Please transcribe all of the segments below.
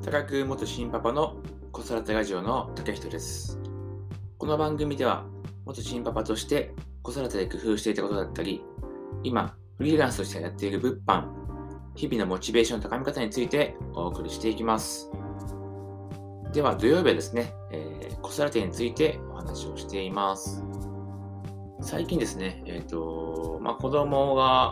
働く元新パパの子育てラジオの竹人です。この番組では元新パパとして子育てで工夫していたことだったり、今フリーランスとしてやっている物販、日々のモチベーションの高め方についてお送りしていきます。では土曜日はですね、子育てについてお話をしています。最近ですね、子供が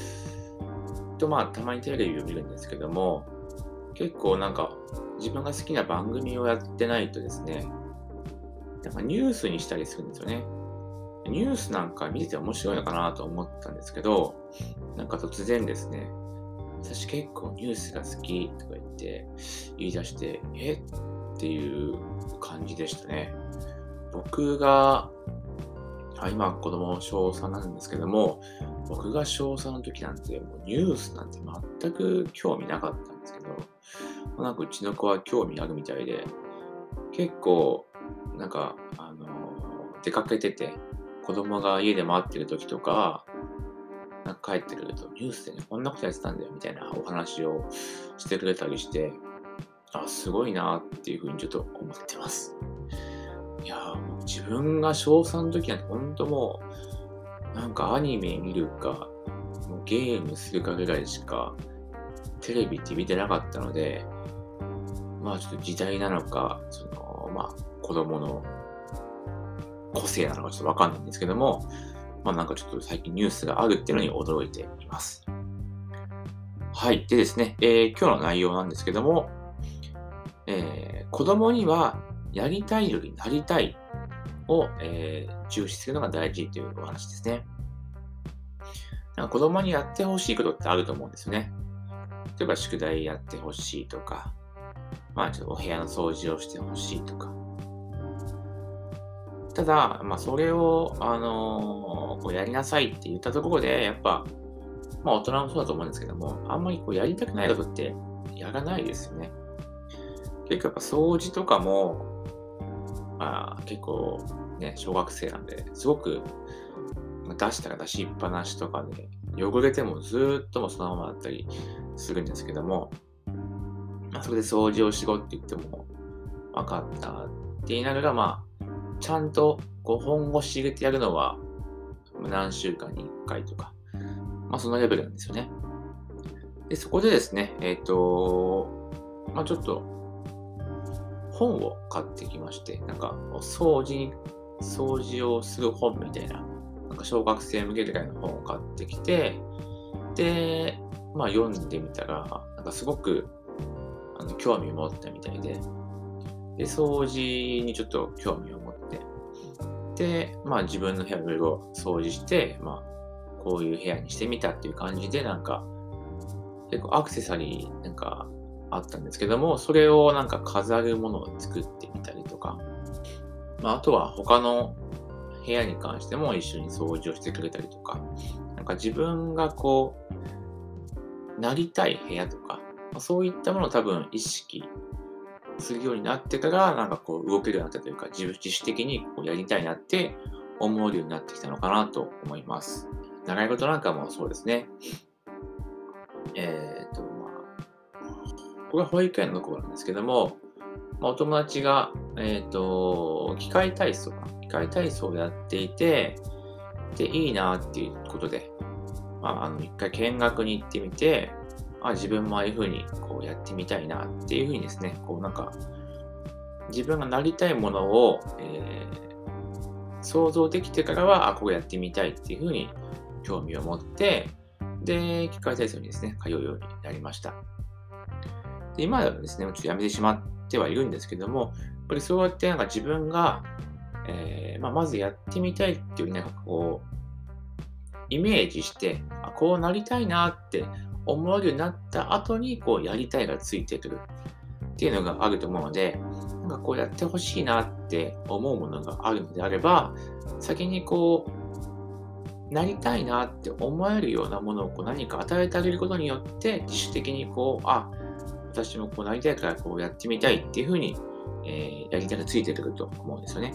たまにテレビを見るんですけども、結構自分が好きな番組をやってないとですね、ニュースにしたりするんですよね。ニュースなんか見てて面白いのかなと思ったんですけど、突然ですね、私結構ニュースが好きとか言い出して、っていう感じでしたね。僕が、今子供小3なんですけども、僕が小3の時なんてもうニュースなんて全く興味なかったんですけど、うちの子は興味あるみたいで、結構出かけてて、子供が家で待ってる時とか、帰ってくるとニュースでね、こんなことやってたんだよみたいなお話をしてくれたりして、すごいなっていうふうにちょっと思ってます。もう自分が小3の時なんて本当もう、アニメ見るか、もうゲームするかぐらいしか、テレビって見てなかったので、ちょっと時代なのか、子供の個性なのかちょっとわかんないんですけども、ちょっと最近ニュースがあるっていうのに驚いています。はい。でですね、今日の内容なんですけども、子供にはやりたいよりなりたいを、重視するのが大事というお話ですね。子供にやってほしいことってあると思うんですよね。例えば宿題やってほしいとか、ちょっとお部屋の掃除をしてほしいとか。ただ、それを、やりなさいって言ったところで、やっぱ、大人もそうだと思うんですけども、あんまりやりたくないことってやらないですよね。結構やっぱ掃除とかも、結構ね、小学生なんで、すごく出したら出しっぱなしとかで、汚れてもずーっともそのままだったりするんですけども、それで掃除をしろって言っても、分かったって言いながら、ちゃんと本腰入れてやるのは、何週間に1回とか、そのレベルなんですよね。で、そこでですね、ちょっと本を買ってきまして、掃除をする本みたいな、小学生向けぐらいの本を買ってきて、で、読んでみたら、すごく興味を持ったみたいで、掃除にちょっと興味を持って、で、自分の部屋をいろいろ掃除して、こういう部屋にしてみたっていう感じで、結構アクセサリーあったんですけども、それを飾るものを作ってみたりとか、あとは他の部屋に関しても一緒に掃除をしてくれたりとか、自分がなりたい部屋とか、そういったものを多分意識するようになってから、動けるようになったというか、自主的にやりたいなって思えるようになってきたのかなと思います。習い事なんかもそうですね。これは保育園の頃なんですけども、お友達が、機械体操をやっていて、で、いいなっていうことで、一回見学に行ってみて、自分もああいう風にやってみたいなっていう風にですね、自分がなりたいものを、想像できてからは、こうやってみたいっていう風に興味を持って、で、機械体操にですね、通うようになりました。で、今ではですね、ちょっとやめてしまってはいるんですけども、やっぱりそうやって自分が、まずやってみたいっていうイメージして、こうなりたいなって思えるようになった後に、やりたいがついてくるっていうのがあると思うので、やってほしいなって思うものがあるのであれば、先になりたいなって思えるようなものを何か与えてあげることによって、自主的に私もなりたいからやってみたいっていう風に、やりたいがついてくると思うんですよね。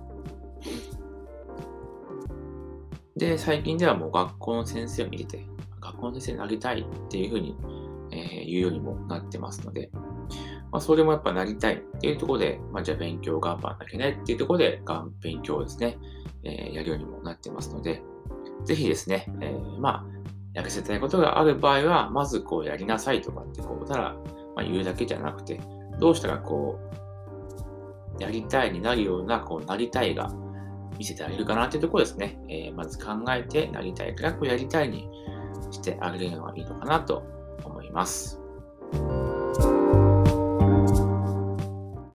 で、最近ではもう学校の先生を見てて、学校の先生になりたいっていう風に、言うようにもなってますので、 それもやっぱなりたいっていうところで、じゃあ勉強頑張らなきゃねっていうところで、勉強をですね、やるようにもなってますので、ぜひですね、やらせたいことがある場合は、まずやりなさいとかってただ、言うだけじゃなくて、どうしたらやりたいになるような、なりたいが見せてあげるかなっていうところですね。まず考えて、なりたいからやりたいにしてあげるのがいいのかなと思います。